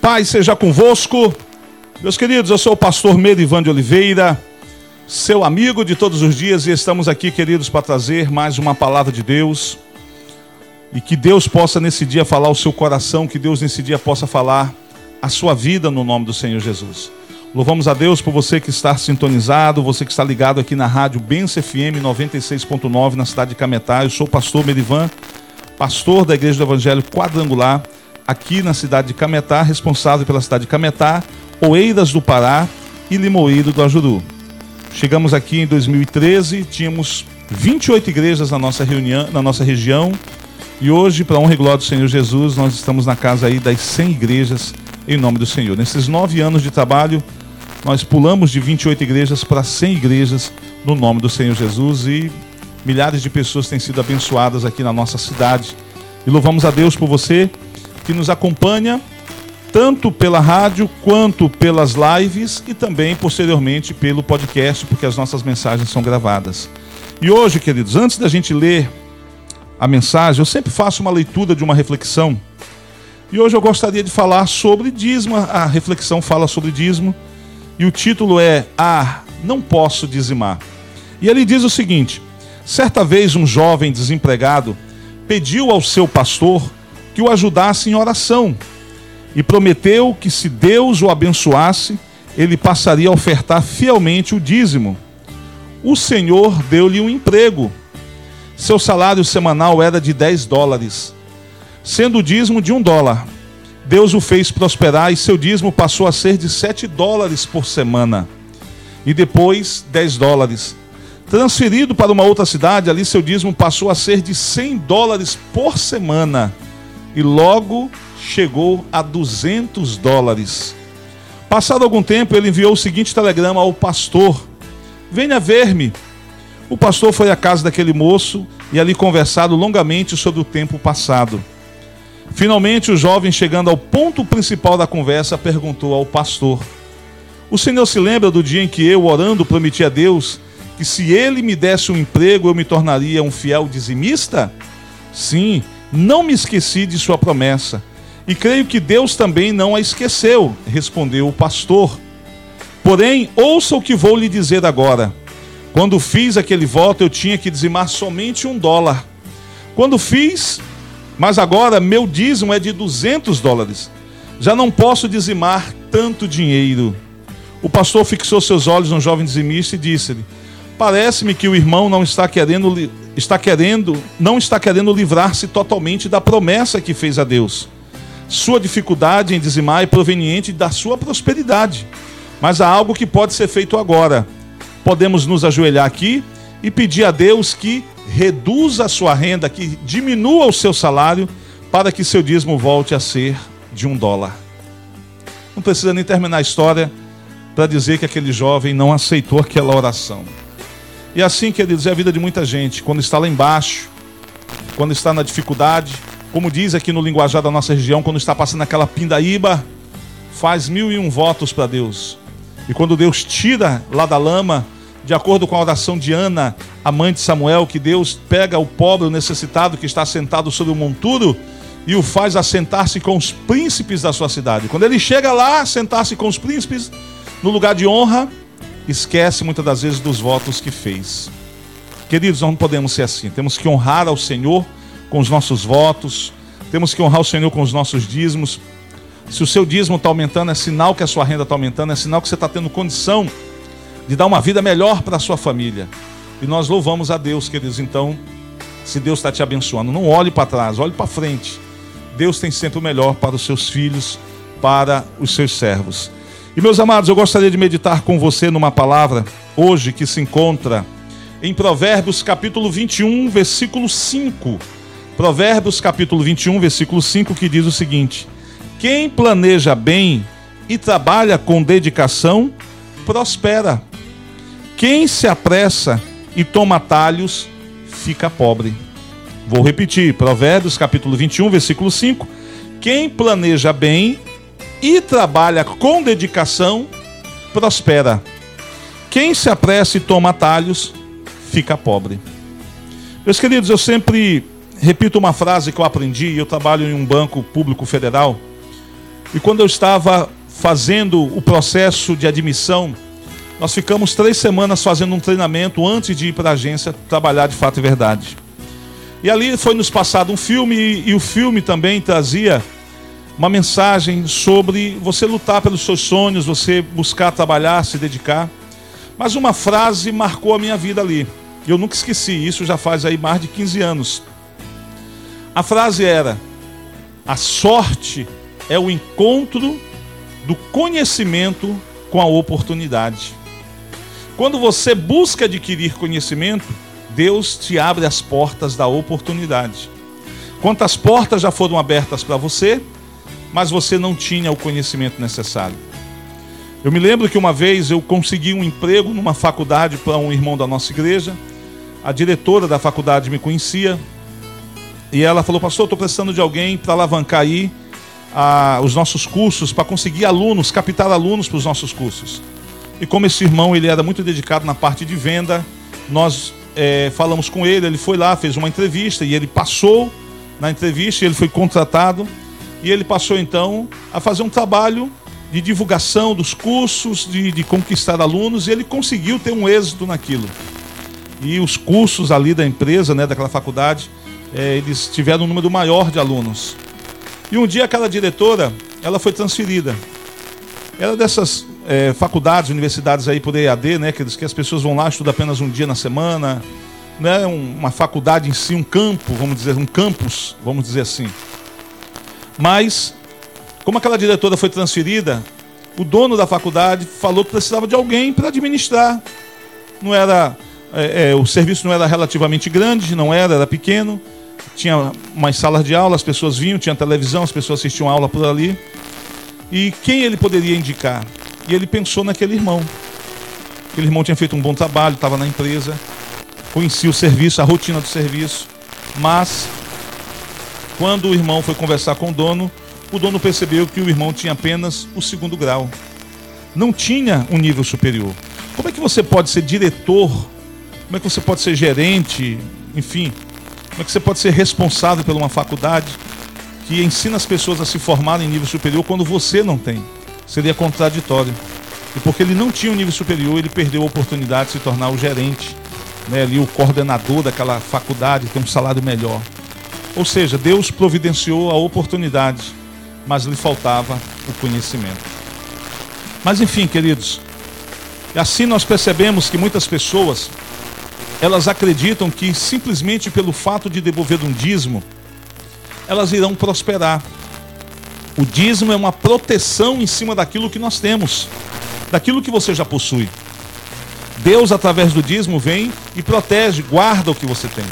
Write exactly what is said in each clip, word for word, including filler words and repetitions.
Paz seja convosco. Meus queridos, eu sou o pastor Merivan de Oliveira, seu amigo de todos os dias, e estamos aqui, queridos, para trazer mais uma palavra de Deus. E que Deus possa nesse dia falar o seu coração, que Deus nesse dia possa falar a sua vida no nome do Senhor Jesus. Louvamos a Deus por você que está sintonizado, você que está ligado aqui na rádio Bênção F M noventa e seis ponto nove na cidade de Cametá. Eu sou o pastor Merivan, pastor da Igreja do Evangelho Quadrangular, aqui na cidade de Cametá, responsável pela cidade de Cametá, Oeiras do Pará e Limoeiro do Ajuru. Chegamos aqui em dois mil e treze, tínhamos vinte e oito igrejas na nossa, reunião, na nossa região, e hoje, para a honra e glória do Senhor Jesus, nós estamos na casa aí das cem igrejas em nome do Senhor. Nesses nove anos de trabalho, nós pulamos de vinte e oito igrejas para cem igrejas no nome do Senhor Jesus, e milhares de pessoas têm sido abençoadas aqui na nossa cidade. E louvamos a Deus por você que nos acompanha tanto pela rádio quanto pelas lives e também posteriormente pelo podcast, porque as nossas mensagens são gravadas. E hoje, queridos, antes da gente ler a mensagem, eu sempre faço uma leitura de uma reflexão. E hoje eu gostaria de falar sobre dízimo. A reflexão fala sobre dízimo e o título é Ah, não posso dizimar. E ele diz o seguinte: certa vez um jovem desempregado pediu ao seu pastor que o ajudasse em oração e prometeu que, se Deus o abençoasse, ele passaria a ofertar fielmente o dízimo. O Senhor deu-lhe um emprego. Seu salário semanal era de dez dólares, sendo o dízimo de um dólar. Deus o fez prosperar e seu dízimo passou a ser de sete dólares por semana. E depois dez dólares. Transferido para uma outra cidade, ali seu dízimo passou a ser de cem dólares por semana. E logo chegou a duzentos dólares. Passado algum tempo, ele enviou o seguinte telegrama ao pastor: venha ver-me. O pastor foi à casa daquele moço e ali conversaram longamente sobre o tempo passado. Finalmente, o jovem, chegando ao ponto principal da conversa, perguntou ao pastor: o senhor se lembra do dia em que eu, orando, prometi a Deus que, se ele me desse um emprego, eu me tornaria um fiel dizimista? Sim, não me esqueci de sua promessa, e creio que Deus também não a esqueceu, respondeu o pastor. Porém, ouça o que vou lhe dizer agora. Quando fiz aquele voto, eu tinha que dizimar somente um dólar. Quando fiz, mas agora meu dízimo é de duzentos dólares. Já não posso dizimar tanto dinheiro. O pastor fixou seus olhos no jovem dizimista e disse-lhe: parece-me que o irmão não está querendo, está querendo, não está querendo livrar-se totalmente da promessa que fez a Deus. Sua dificuldade em dizimar é proveniente da sua prosperidade. Mas há algo que pode ser feito agora. Podemos nos ajoelhar aqui e pedir a Deus que reduza a sua renda, que diminua o seu salário, para que seu dízimo volte a ser de um dólar. Não precisa nem terminar a história para dizer que aquele jovem não aceitou aquela oração. E assim, queridos, é a vida de muita gente. Quando está lá embaixo, quando está na dificuldade, como diz aqui no linguajar da nossa região, quando está passando aquela pindaíba, faz mil e um votos para Deus. E quando Deus tira lá da lama, de acordo com a oração de Ana, a mãe de Samuel, que Deus pega o pobre, o necessitado que está sentado sobre o monturo e o faz assentar-se com os príncipes da sua cidade. Quando ele chega lá, sentar-se com os príncipes no lugar de honra, esquece muitas das vezes dos votos que fez. Queridos, nós não podemos ser assim. Temos que honrar ao Senhor com os nossos votos, temos que honrar o Senhor com os nossos dízimos. Se o seu dízimo está aumentando, é sinal que a sua renda está aumentando, é sinal que você está tendo condição de dar uma vida melhor para a sua família. E nós louvamos a Deus, queridos. Então, se Deus está te abençoando, não olhe para trás, olhe para frente. Deus tem sempre o melhor para os seus filhos, para os seus servos. E, meus amados, eu gostaria de meditar com você numa palavra hoje que se encontra em Provérbios capítulo vinte e um, versículo cinco. Provérbios capítulo vinte e um, versículo cinco, que diz o seguinte: quem planeja bem e trabalha com dedicação, prospera. Quem se apressa e toma atalhos, fica pobre. Vou repetir, Provérbios capítulo vinte e um, versículo cinco. Quem planeja bem e trabalha com dedicação, prospera. Quem se apressa e toma atalhos, fica pobre. Meus queridos, eu sempre repito uma frase que eu aprendi. Eu trabalho em um banco público federal E quando eu estava fazendo o processo de admissão, nós ficamos três semanas fazendo um treinamento antes de ir para a agência trabalhar de fato e verdade. E ali foi nos passado um filme, e, e o filme também trazia uma mensagem sobre você lutar pelos seus sonhos, você buscar trabalhar, se dedicar. Mas uma frase marcou a minha vida ali. E eu nunca esqueci, isso já faz aí mais de quinze anos. A frase era: a sorte é o encontro do conhecimento com a oportunidade. Quando você busca adquirir conhecimento, Deus te abre as portas da oportunidade. Quantas portas já foram abertas para você, mas você não tinha o conhecimento necessário. Eu me lembro que uma vez eu consegui um emprego numa faculdade para um irmão da nossa igreja. A diretora da faculdade me conhecia e ela falou: pastor, estou precisando de alguém para alavancar aí a, os nossos cursos, para conseguir alunos, captar alunos para os nossos cursos. E como esse irmão ele era muito dedicado na parte de venda, nós é, falamos com ele, ele foi lá, fez uma entrevista e ele passou na entrevista, ele foi contratado e ele passou então a fazer um trabalho de divulgação dos cursos, de, de conquistar alunos, e ele conseguiu ter um êxito naquilo. E os cursos ali da empresa, né, daquela faculdade, é, eles tiveram um número maior de alunos. E um dia aquela diretora, ela foi transferida. Era dessas é, faculdades, universidades aí por E A D, né, que, que as pessoas vão lá, estudam apenas um dia na semana, né, um, uma faculdade em si, um campo, vamos dizer, um campus, vamos dizer assim. Mas, como aquela diretora foi transferida, o dono da faculdade falou que precisava de alguém para administrar. Não era, é, é, o serviço não era relativamente grande, não era, era pequeno. Tinha umas salas de aula, as pessoas vinham, tinha televisão, as pessoas assistiam aula por ali. E quem ele poderia indicar? E ele pensou naquele irmão. Aquele irmão tinha feito um bom trabalho, estava na empresa, conhecia o serviço, a rotina do serviço. Mas, quando o irmão foi conversar com o dono, o dono percebeu que o irmão tinha apenas o segundo grau. Não tinha um nível superior. Como é que você pode ser diretor? Como é que você pode ser gerente? Enfim, como é que você pode ser responsável por uma faculdade que ensina as pessoas a se formarem em nível superior quando você não tem? Seria contraditório. E porque ele não tinha um nível superior, ele perdeu a oportunidade de se tornar o gerente, né, ali o coordenador daquela faculdade, ter um salário melhor. Ou seja, Deus providenciou a oportunidade, mas lhe faltava o conhecimento. Mas enfim, queridos, e assim nós percebemos que muitas pessoas, elas acreditam que simplesmente pelo fato de devolver um dízimo, elas irão prosperar. O dízimo é uma proteção em cima daquilo que nós temos, daquilo que você já possui. Deus, através do dízimo, vem e protege, guarda o que você tem.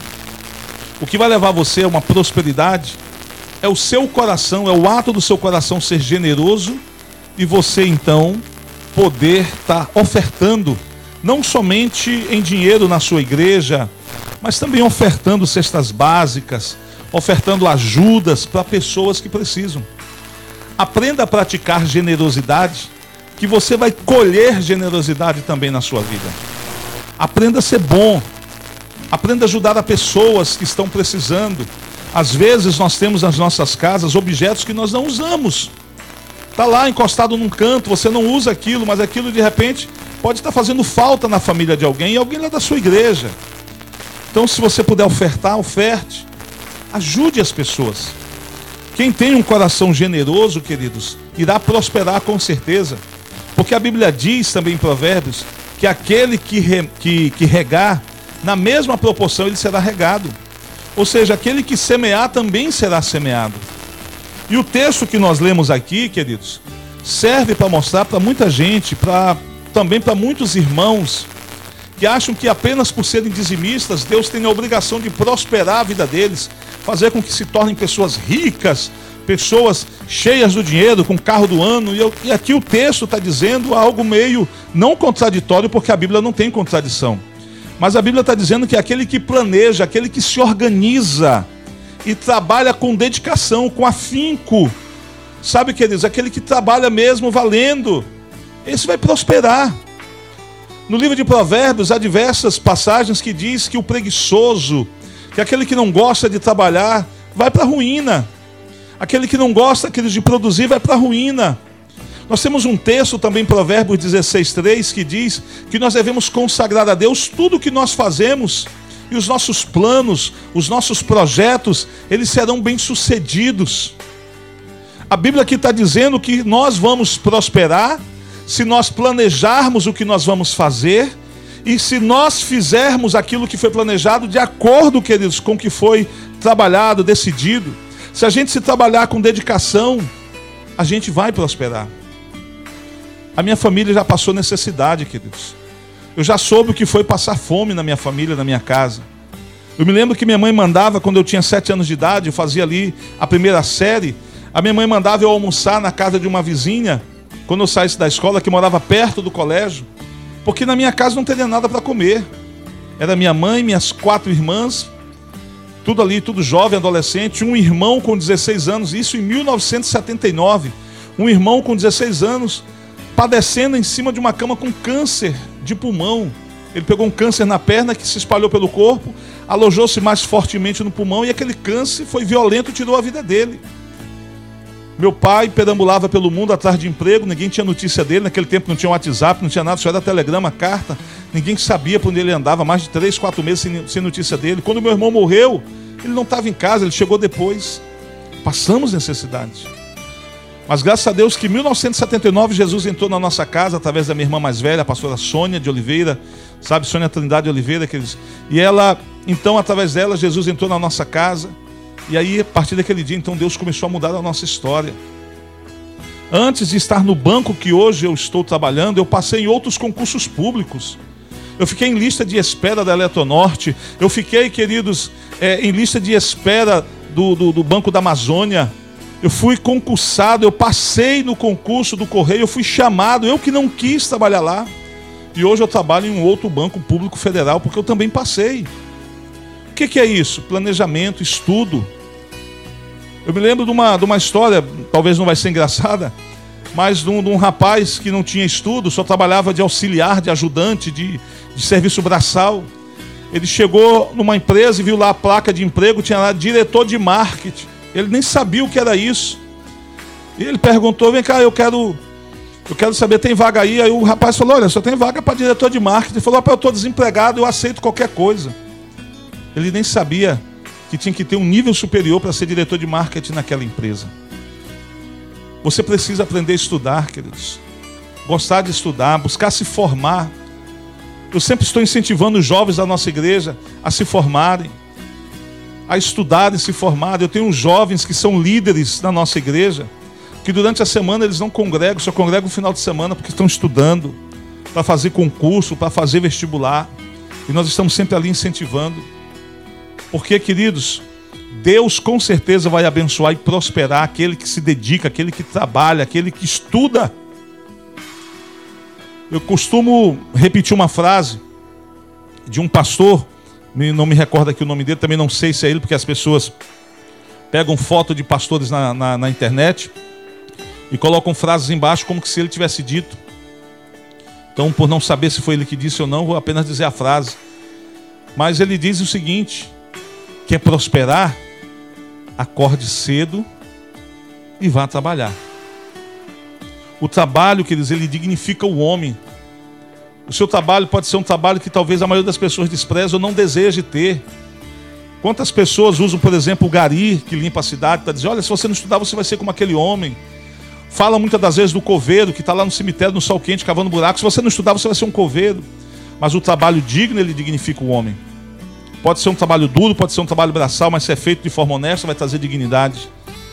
O que vai levar você a uma prosperidade é o seu coração, é o ato do seu coração ser generoso e você então poder estar ofertando, não somente em dinheiro na sua igreja, mas também ofertando cestas básicas, ofertando ajudas para pessoas que precisam. Aprenda a praticar generosidade, que você vai colher generosidade também na sua vida. Aprenda a ser bom, aprenda a ajudar a pessoas que estão precisando. Às vezes nós temos nas nossas casas objetos que nós não usamos. Está lá encostado num canto, você não usa aquilo, mas aquilo de repente pode estar fazendo falta na família de alguém, e alguém lá da sua igreja. Então, se você puder ofertar, oferte. Ajude as pessoas. Quem tem um coração generoso, queridos, irá prosperar com certeza. Porque a Bíblia diz também em Provérbios que aquele que, re, que, que regar, na mesma proporção ele será regado. Ou seja, aquele que semear também será semeado. E o texto que nós lemos aqui, queridos, serve para mostrar para muita gente, pra, também para muitos irmãos, que acham que apenas por serem dizimistas, Deus tem a obrigação de prosperar a vida deles, fazer com que se tornem pessoas ricas, pessoas cheias do dinheiro, com carro do ano. E, eu, e aqui o texto está dizendo algo meio não contraditório, porque a Bíblia não tem contradição. Mas a Bíblia está dizendo que aquele que planeja, aquele que se organiza e trabalha com dedicação, com afinco, sabe, queridos, aquele que trabalha mesmo valendo, esse vai prosperar. No livro de Provérbios há diversas passagens que diz que o preguiçoso, que aquele que não gosta de trabalhar, vai para a ruína. Aquele que não gosta, queridos, de produzir, vai para a ruína. Nós temos um texto também, Provérbios dezesseis, três, que diz que nós devemos consagrar a Deus tudo o que nós fazemos, e os nossos planos, os nossos projetos, eles serão bem-sucedidos. A Bíblia aqui está dizendo que nós vamos prosperar se nós planejarmos o que nós vamos fazer e se nós fizermos aquilo que foi planejado de acordo, queridos, com o que foi trabalhado, decidido. Se a gente se trabalhar com dedicação, a gente vai prosperar. A minha família já passou necessidade, queridos. Eu já soube o que foi passar fome na minha família, na minha casa. Eu me lembro que minha mãe mandava, quando eu tinha sete anos de idade, eu fazia ali a primeira série, a minha mãe mandava eu almoçar na casa de uma vizinha, quando eu saísse da escola, que morava perto do colégio, porque na minha casa não teria nada para comer. Era minha mãe, minhas quatro irmãs, tudo ali, tudo jovem, adolescente, um irmão com dezesseis anos, isso em mil novecentos e setenta e nove, um irmão com dezesseis anos, padecendo em cima de uma cama com câncer de pulmão. Ele pegou um câncer na perna que se espalhou pelo corpo, alojou-se mais fortemente no pulmão e aquele câncer foi violento e tirou a vida dele. Meu pai perambulava pelo mundo atrás de emprego, ninguém tinha notícia dele, naquele tempo não tinha WhatsApp, não tinha nada, só era telegrama, carta, ninguém sabia por onde ele andava, mais de três, quatro meses sem, sem notícia dele. Quando meu irmão morreu, ele não estava em casa, ele chegou depois. Passamos necessidades. Mas graças a Deus que em mil novecentos e setenta e nove Jesus entrou na nossa casa através da minha irmã mais velha, a pastora Sônia de Oliveira, sabe, Sônia Trindade de Oliveira, aqueles... e ela, então através dela, Jesus entrou na nossa casa, e aí a partir daquele dia, então Deus começou a mudar a nossa história. Antes de estar no banco que hoje eu estou trabalhando, eu passei em outros concursos públicos. Eu fiquei em lista de espera da Eletronorte, eu fiquei, queridos, é, em lista de espera do, do, do Banco da Amazônia. Eu fui concursado, eu passei no concurso do Correio, eu fui chamado, eu que não quis trabalhar lá. E hoje eu trabalho em um outro banco público federal, porque eu também passei. O que, que é isso? Planejamento, estudo. Eu me lembro de uma, de uma história, talvez não vai ser engraçada, mas de um, de um rapaz que não tinha estudo, só trabalhava de auxiliar, de ajudante, de, de serviço braçal. Ele chegou numa empresa e viu lá a placa de emprego, tinha lá diretor de marketing. Ele nem sabia o que era isso. E ele perguntou, vem cá, eu quero, eu quero saber, tem vaga aí? Aí o rapaz falou, olha, só tem vaga para diretor de marketing. Ele falou, rapaz, eu estou desempregado, eu aceito qualquer coisa. Ele nem sabia que tinha que ter um nível superior para ser diretor de marketing naquela empresa. Você precisa aprender a estudar, queridos. Gostar de estudar, buscar se formar. Eu sempre estou incentivando os jovens da nossa igreja a se formarem, a estudar e se formar. Eu tenho jovens que são líderes na nossa igreja, que durante a semana eles não congregam, só congregam no final de semana porque estão estudando, para fazer concurso, para fazer vestibular. E nós estamos sempre ali incentivando. Porque, queridos, Deus com certeza vai abençoar e prosperar aquele que se dedica, aquele que trabalha, aquele que estuda. Eu costumo repetir uma frase de um pastor, não me recordo aqui o nome dele, também não sei se é ele, porque as pessoas pegam foto de pastores na, na, na internet e colocam frases embaixo como se ele tivesse dito. Então, por não saber se foi ele que disse ou não, vou apenas dizer a frase. Mas ele diz o seguinte: quer prosperar? Acorde cedo e vá trabalhar. O trabalho, queridos, ele dignifica o homem. O seu trabalho pode ser um trabalho que talvez a maioria das pessoas despreze ou não deseje ter. Quantas pessoas usam, por exemplo, o gari, que limpa a cidade, para dizer, olha, se você não estudar, você vai ser como aquele homem. Fala muitas das vezes do coveiro, que está lá no cemitério, no sol quente, cavando buraco. Se você não estudar, você vai ser um coveiro. Mas o trabalho digno, ele dignifica o homem. Pode ser um trabalho duro, pode ser um trabalho braçal, mas se é feito de forma honesta, vai trazer dignidade.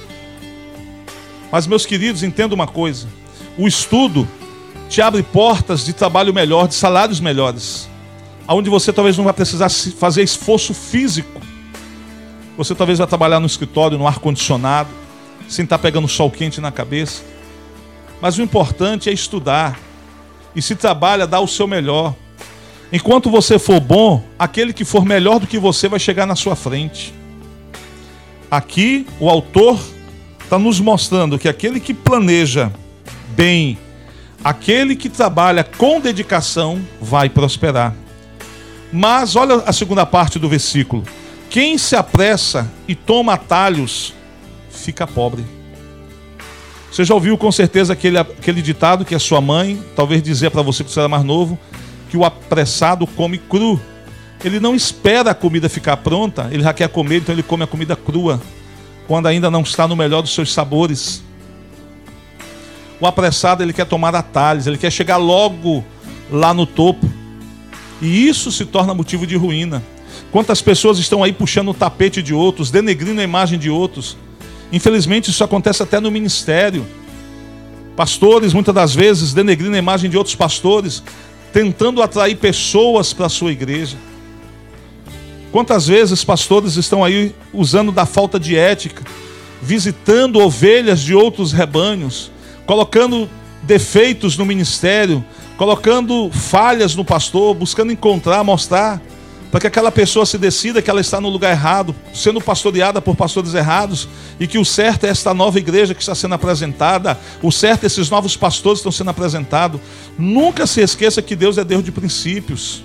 Mas, meus queridos, entenda uma coisa. O estudo te abre portas de trabalho melhor, de salários melhores, onde você talvez não vai precisar fazer esforço físico. Você talvez vai trabalhar no escritório, no ar-condicionado, sem estar pegando sol quente na cabeça. Mas o importante é estudar. E se trabalha, dá o seu melhor. Enquanto você for bom, aquele que for melhor do que você vai chegar na sua frente. Aqui, o autor está nos mostrando que aquele que planeja bem, aquele que trabalha com dedicação, vai prosperar. Mas olha a segunda parte do versículo. Quem se apressa e toma atalhos fica pobre. Você já ouviu com certeza aquele, aquele ditado que a sua mãe talvez dizia para você que você era mais novo, que o apressado come cru. Ele não espera a comida ficar pronta, ele já quer comer, então ele come a comida crua, quando ainda não está no melhor dos seus sabores. O apressado, ele quer tomar atalhos, ele quer chegar logo lá no topo. E isso se torna motivo de ruína. Quantas pessoas estão aí puxando o tapete de outros, denegrindo a imagem de outros. Infelizmente isso acontece até no ministério. Pastores, muitas das vezes, denegrindo a imagem de outros pastores, tentando atrair pessoas para a sua igreja. Quantas vezes pastores estão aí usando da falta de ética, visitando ovelhas de outros rebanhos, colocando defeitos no ministério, colocando falhas no pastor, buscando encontrar, mostrar, para que aquela pessoa se decida que ela está no lugar errado, sendo pastoreada por pastores errados, e que o certo é esta nova igreja que está sendo apresentada, o certo é esses novos pastores que estão sendo apresentados. Nunca se esqueça que Deus é Deus de princípios.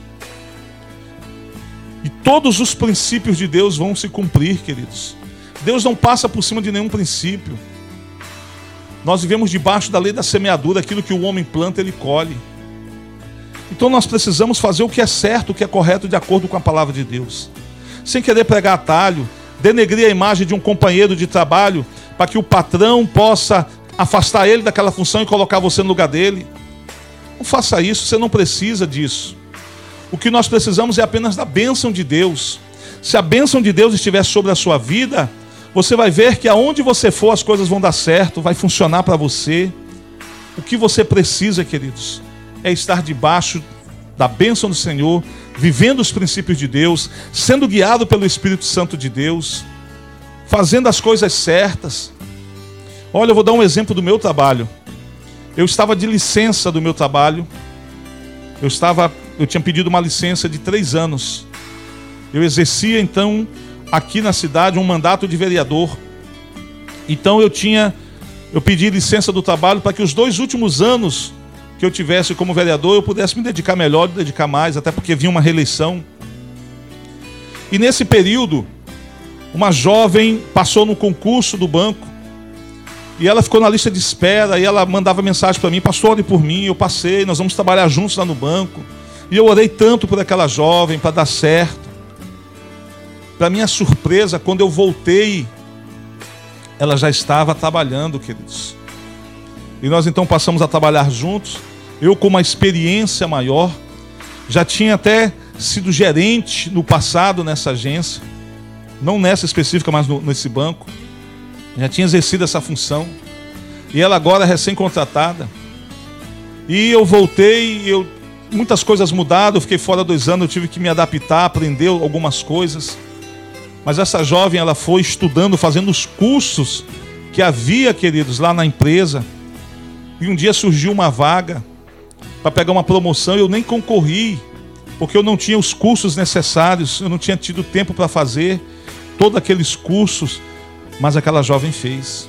E todos os princípios de Deus vão se cumprir, queridos. Deus não passa por cima de nenhum princípio. Nós vivemos debaixo da lei da semeadura, aquilo que o homem planta, ele colhe. Então nós precisamos fazer o que é certo, o que é correto, de acordo com a palavra de Deus. Sem querer pregar atalho, denegrir a imagem de um companheiro de trabalho, para que o patrão possa afastar ele daquela função e colocar você no lugar dele. Não faça isso, você não precisa disso. O que nós precisamos é apenas da bênção de Deus. Se a bênção de Deus estiver sobre a sua vida, você vai ver que aonde você for as coisas vão dar certo, vai funcionar para você. O que você precisa, queridos, é estar debaixo da bênção do Senhor, vivendo os princípios de Deus, sendo guiado pelo Espírito Santo de Deus, fazendo as coisas certas. Olha, eu vou dar um exemplo do meu trabalho. Eu estava de licença do meu trabalho. Eu estava, eu tinha pedido uma licença de três anos. Eu exercia então aqui na cidade um mandato de vereador. Então eu tinha, eu pedi licença do trabalho para que os dois últimos anos que eu tivesse como vereador, eu pudesse me dedicar melhor, me dedicar mais, até porque vinha uma reeleição. E nesse período, uma jovem passou no concurso do banco, e ela ficou na lista de espera, e ela mandava mensagem para mim: pastor, ore por mim, eu passei, nós vamos trabalhar juntos lá no banco. E eu orei tanto por aquela jovem, para dar certo. Para minha surpresa, quando eu voltei, ela já estava trabalhando, queridos. E nós então passamos a trabalhar juntos. Eu com uma experiência maior, já tinha até sido gerente no passado nessa agência, não nessa específica, mas no, nesse banco. Já tinha exercido essa função. E ela agora é recém-contratada. E eu voltei, eu, muitas coisas mudaram, eu fiquei fora dois anos, eu tive que me adaptar, aprender algumas coisas. Mas essa jovem, ela foi estudando, fazendo os cursos que havia, queridos, lá na empresa. E um dia surgiu uma vaga para pegar uma promoção, e eu nem concorri, porque eu não tinha os cursos necessários, eu não tinha tido tempo para fazer todos aqueles cursos, mas aquela jovem fez.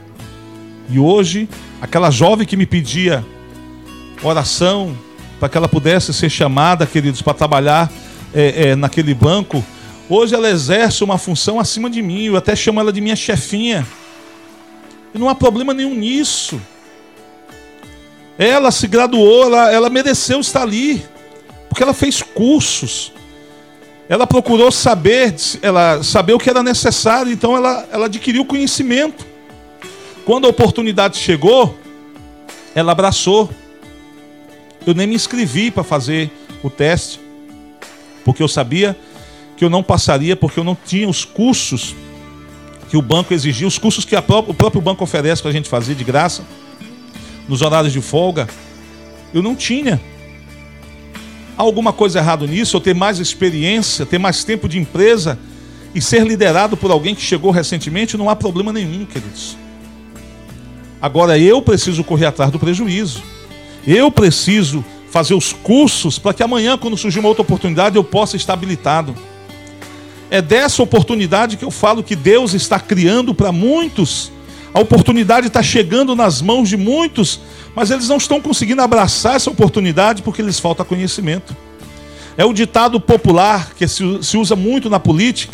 E hoje, aquela jovem que me pedia oração para que ela pudesse ser chamada, queridos, para trabalhar é, é, naquele banco, hoje ela exerce uma função acima de mim, eu até chamo ela de minha chefinha. E não há problema nenhum nisso. Ela se graduou, ela, ela mereceu estar ali, porque ela fez cursos. Ela procurou saber, ela, saber o que era necessário, então ela, ela adquiriu conhecimento. Quando a oportunidade chegou, ela abraçou. Eu nem me inscrevi para fazer o teste, porque eu sabia que eu não passaria, porque eu não tinha os cursos que o banco exigia, os cursos que a pró- o próprio banco oferece para a gente fazer de graça, nos horários de folga. Eu não tinha. Há alguma coisa errada nisso? Eu ter mais experiência, ter mais tempo de empresa e ser liderado por alguém que chegou recentemente? Não há problema nenhum, queridos. Agora eu preciso correr atrás do prejuízo. Eu preciso fazer os cursos para que amanhã, quando surgir uma outra oportunidade, eu possa estar habilitado. É dessa oportunidade que eu falo que Deus está criando para muitos. A oportunidade está chegando nas mãos de muitos, mas eles não estão conseguindo abraçar essa oportunidade porque lhes falta conhecimento. É o ditado popular que se usa muito na política,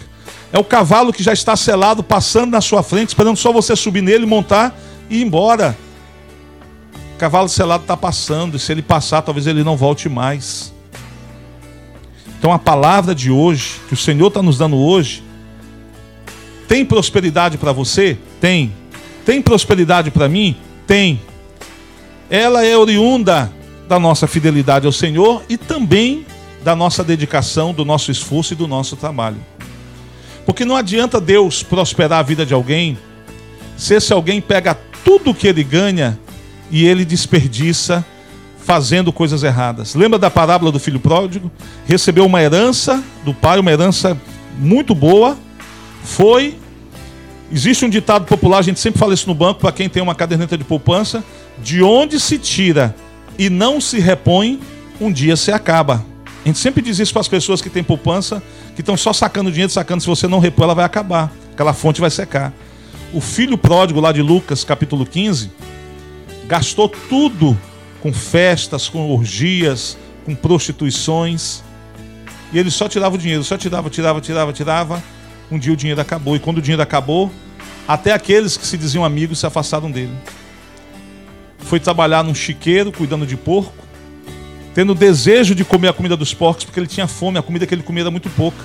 É o cavalo que já está selado, passando na sua frente, esperando só você subir nele, montar e ir embora. O cavalo selado está passando, e se ele passar, talvez ele não volte mais. Então a palavra de hoje, que o Senhor está nos dando hoje, tem prosperidade para você? Tem. Tem prosperidade para mim? Tem. Ela é oriunda da nossa fidelidade ao Senhor e também da nossa dedicação, do nosso esforço e do nosso trabalho. Porque não adianta Deus prosperar a vida de alguém se esse alguém pega tudo que ele ganha e ele desperdiça fazendo coisas erradas. Lembra da parábola do filho pródigo? Recebeu uma herança do pai, uma herança muito boa, foi... Existe um ditado popular, a gente sempre fala isso no banco, para quem tem uma caderneta de poupança: de onde se tira e não se repõe, um dia se acaba. A gente sempre diz isso para as pessoas que têm poupança, que estão só sacando dinheiro, sacando, se você não repor, ela vai acabar. Aquela fonte vai secar. O filho pródigo lá de Lucas, capítulo quinze, gastou tudo com festas, com orgias, com prostituições. E ele só tirava o dinheiro, só tirava, tirava, tirava, tirava. Um dia o dinheiro acabou, e quando o dinheiro acabou, até aqueles que se diziam amigos se afastaram dele. Foi trabalhar num chiqueiro, cuidando de porco, tendo desejo de comer a comida dos porcos, porque ele tinha fome, a comida que ele comia era muito pouca.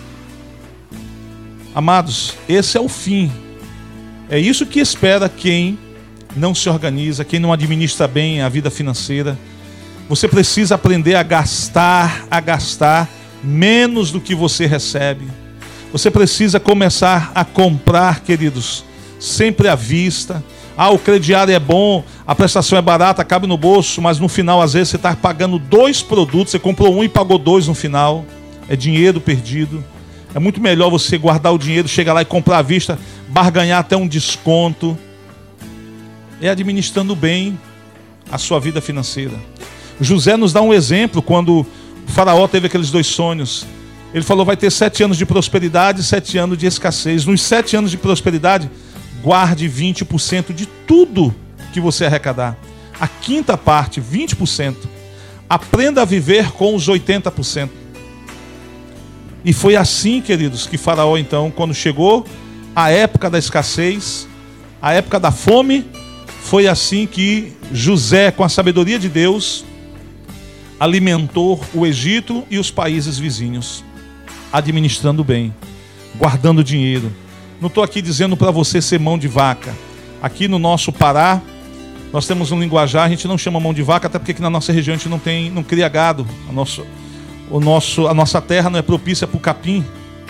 Amados, esse é o fim. É isso que espera quem não se organiza, quem não administra bem a vida financeira. Você precisa aprender a gastar, a gastar menos do que você recebe. Você precisa começar a comprar, queridos, sempre à vista. Ah, o crediário é bom, a prestação é barata, cabe no bolso, mas no final, às vezes, você está pagando dois produtos, você comprou um e pagou dois no final. É dinheiro perdido. É muito melhor você guardar o dinheiro, chegar lá e comprar à vista, barganhar até um desconto. É administrando bem a sua vida financeira. José nos dá um exemplo quando o faraó teve aqueles dois sonhos. Ele falou: vai ter sete anos de prosperidade e sete anos de escassez. Nos sete anos de prosperidade, guarde vinte por cento de tudo que você arrecadar. A quinta parte, vinte por cento. Aprenda a viver com os oitenta por cento. E foi assim, queridos, que Faraó, então, quando chegou a época da escassez, a época da fome, foi assim que José, com a sabedoria de Deus, alimentou o Egito e os países vizinhos, administrando bem, guardando dinheiro. Não estou aqui dizendo para você ser mão de vaca. Aqui no nosso Pará, nós temos um linguajar, a gente não chama mão de vaca, até porque aqui na nossa região a gente não, tem, não cria gado. A, nosso, o nosso, a nossa terra não é propícia para o capim.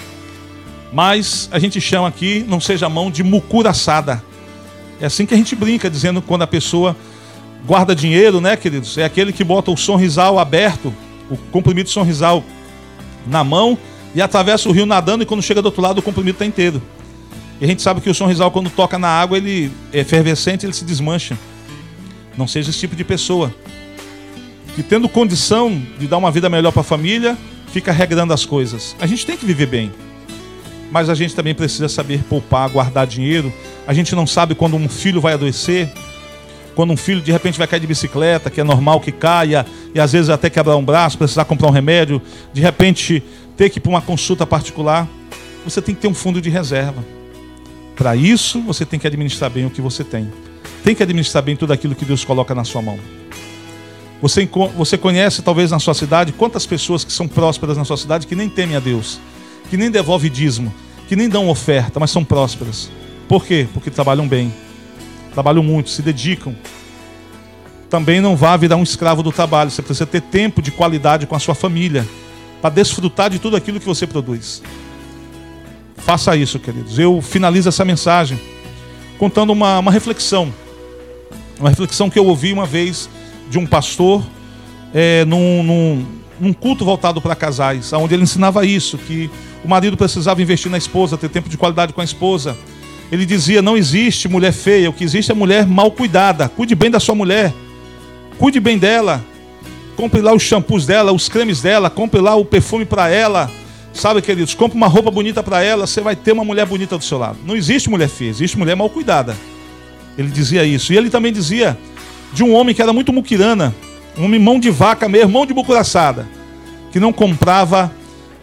Mas a gente chama aqui, não seja mão, de mucuraçada. É assim que a gente brinca, dizendo quando a pessoa guarda dinheiro, né, queridos? É aquele que bota o sonrisal aberto, o comprimido sonrisal na mão, e atravessa o rio nadando, e quando chega do outro lado o comprimido está inteiro. E a gente sabe que o sonrisal, quando toca na água, ele é efervescente, ele se desmancha. Não seja esse tipo de pessoa que, tendo condição de dar uma vida melhor para a família, fica regrando as coisas. A gente tem que viver bem, mas a gente também precisa saber poupar, guardar dinheiro. A gente não sabe quando um filho vai adoecer, quando um filho de repente vai cair de bicicleta, que é normal que caia, e às vezes até quebrar um braço, precisar comprar um remédio, de repente ter que ir para uma consulta particular. Você tem que ter um fundo de reserva. Para isso, você tem que administrar bem o que você tem. Tem que administrar bem tudo aquilo que Deus coloca na sua mão. Você, você conhece, talvez na sua cidade, quantas pessoas que são prósperas na sua cidade que nem temem a Deus, que nem devolvem dízimo, que nem dão oferta, mas são prósperas. Por quê? Porque trabalham bem, trabalham muito, se dedicam. Também não vá virar um escravo do trabalho. Você precisa ter tempo de qualidade com a sua família, para desfrutar de tudo aquilo que você produz. Faça isso, queridos. Eu finalizo essa mensagem contando uma, uma reflexão. Uma reflexão que eu ouvi uma vez de um pastor é, num, num, num culto voltado para casais, onde ele ensinava isso, que o marido precisava investir na esposa, ter tempo de qualidade com a esposa. Ele dizia: não existe mulher feia, o que existe é mulher mal cuidada. Cuide bem da sua mulher, cuide bem dela, compre lá os shampoos dela, os cremes dela, compre lá o perfume para ela. Sabe, queridos, compre uma roupa bonita para ela, você vai ter uma mulher bonita do seu lado. Não existe mulher feia, existe mulher mal cuidada. Ele dizia isso. E ele também dizia de um homem que era muito muquirana, um homem mão de vaca mesmo, mão de mucuraçada, que não comprava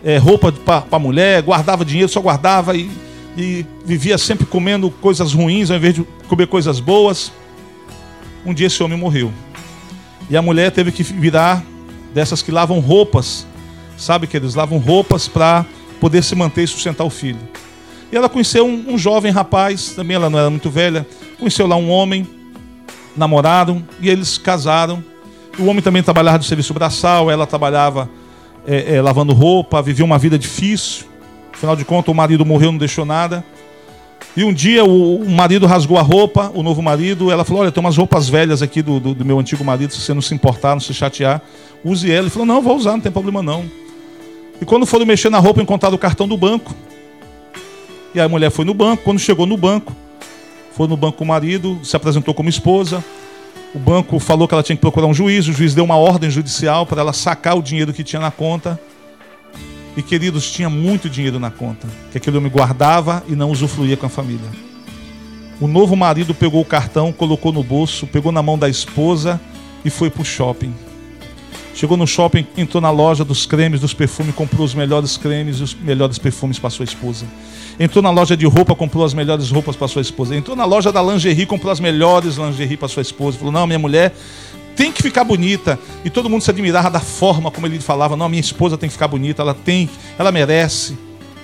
é, roupa para a mulher, guardava dinheiro, só guardava e, e vivia sempre comendo coisas ruins ao invés de comer coisas boas. Um dia esse homem morreu. E a mulher teve que virar dessas que lavam roupas. Sabe que eles lavam roupas para poder se manter e sustentar o filho. E ela conheceu um, um jovem rapaz, também ela não era muito velha, conheceu lá um homem, namoraram e eles casaram. O homem também trabalhava de serviço braçal, ela trabalhava é, é, lavando roupa, vivia uma vida difícil. Afinal de contas, o marido morreu, não deixou nada. E um dia o, o marido rasgou a roupa, o novo marido, ela falou, olha, tem umas roupas velhas aqui do, do, do meu antigo marido, se você não se importar, não se chatear, use ela. Ele falou, não, vou usar, não tem problema não. E quando foram mexer na roupa, encontraram o cartão do banco. E a mulher foi no banco, quando chegou no banco, foi no banco com o marido, se apresentou como esposa. O banco falou que ela tinha que procurar um juiz, o juiz deu uma ordem judicial para ela sacar o dinheiro que tinha na conta. E, queridos, tinha muito dinheiro na conta, que aquele homem guardava e não usufruía com a família. O novo marido pegou o cartão, colocou no bolso, pegou na mão da esposa e foi para o shopping. Chegou no shopping, entrou na loja dos cremes, dos perfumes, comprou os melhores cremes e os melhores perfumes para sua esposa. Entrou na loja de roupa, comprou as melhores roupas para sua esposa. Entrou na loja da lingerie, comprou as melhores lingerie para sua esposa. Falou, não, minha mulher tem que ficar bonita. E todo mundo se admirava da forma como ele falava, não, minha esposa tem que ficar bonita, ela tem, ela merece.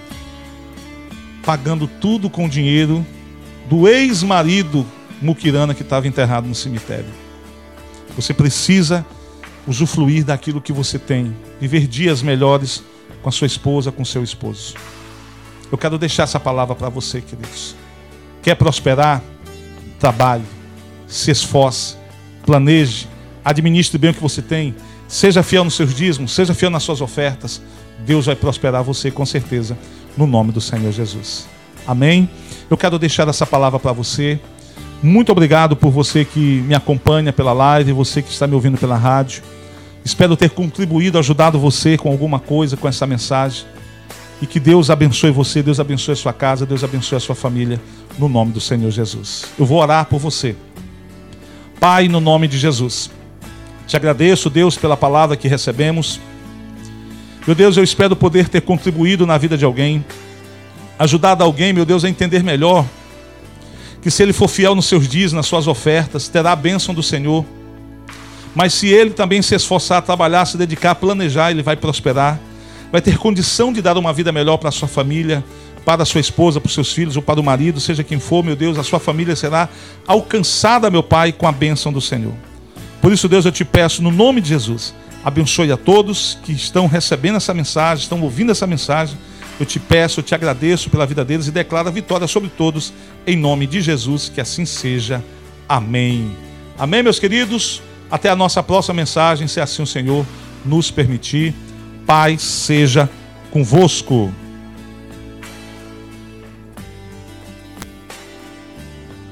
Pagando tudo com dinheiro do ex-marido muquirana que estava enterrado no cemitério. Você precisa usufruir daquilo que você tem, viver dias melhores com a sua esposa, com o seu esposo. Eu quero deixar essa palavra para você, queridos. Quer prosperar? Trabalhe, se esforce, planeje, administre bem o que você tem, seja fiel nos seus dízimos, seja fiel nas suas ofertas. Deus vai prosperar você com certeza, no nome do Senhor Jesus. Amém? Eu quero deixar essa palavra para você. Muito obrigado por você que me acompanha pela live, você que está me ouvindo pela rádio. Espero ter contribuído, ajudado você com alguma coisa, com essa mensagem. E que Deus abençoe você, Deus abençoe a sua casa, Deus abençoe a sua família, no nome do Senhor Jesus. Eu vou orar por você. Pai, no nome de Jesus, te agradeço, Deus, pela palavra que recebemos. Meu Deus, eu espero poder ter contribuído na vida de alguém, ajudado alguém, meu Deus, a entender melhor que se ele for fiel nos seus dias, nas suas ofertas, terá a bênção do Senhor. Mas se ele também se esforçar, trabalhar, se dedicar, planejar, ele vai prosperar. Vai ter condição de dar uma vida melhor para a sua família, para a sua esposa, para os seus filhos ou para o marido, seja quem for, meu Deus, a sua família será alcançada, meu Pai, com a bênção do Senhor. Por isso, Deus, eu te peço, no nome de Jesus, abençoe a todos que estão recebendo essa mensagem, estão ouvindo essa mensagem. Eu te peço, eu te agradeço pela vida deles e declaro a vitória sobre todos, em nome de Jesus, que assim seja. Amém. Amém, meus queridos? Até a nossa próxima mensagem, se assim o Senhor nos permitir. Paz seja convosco.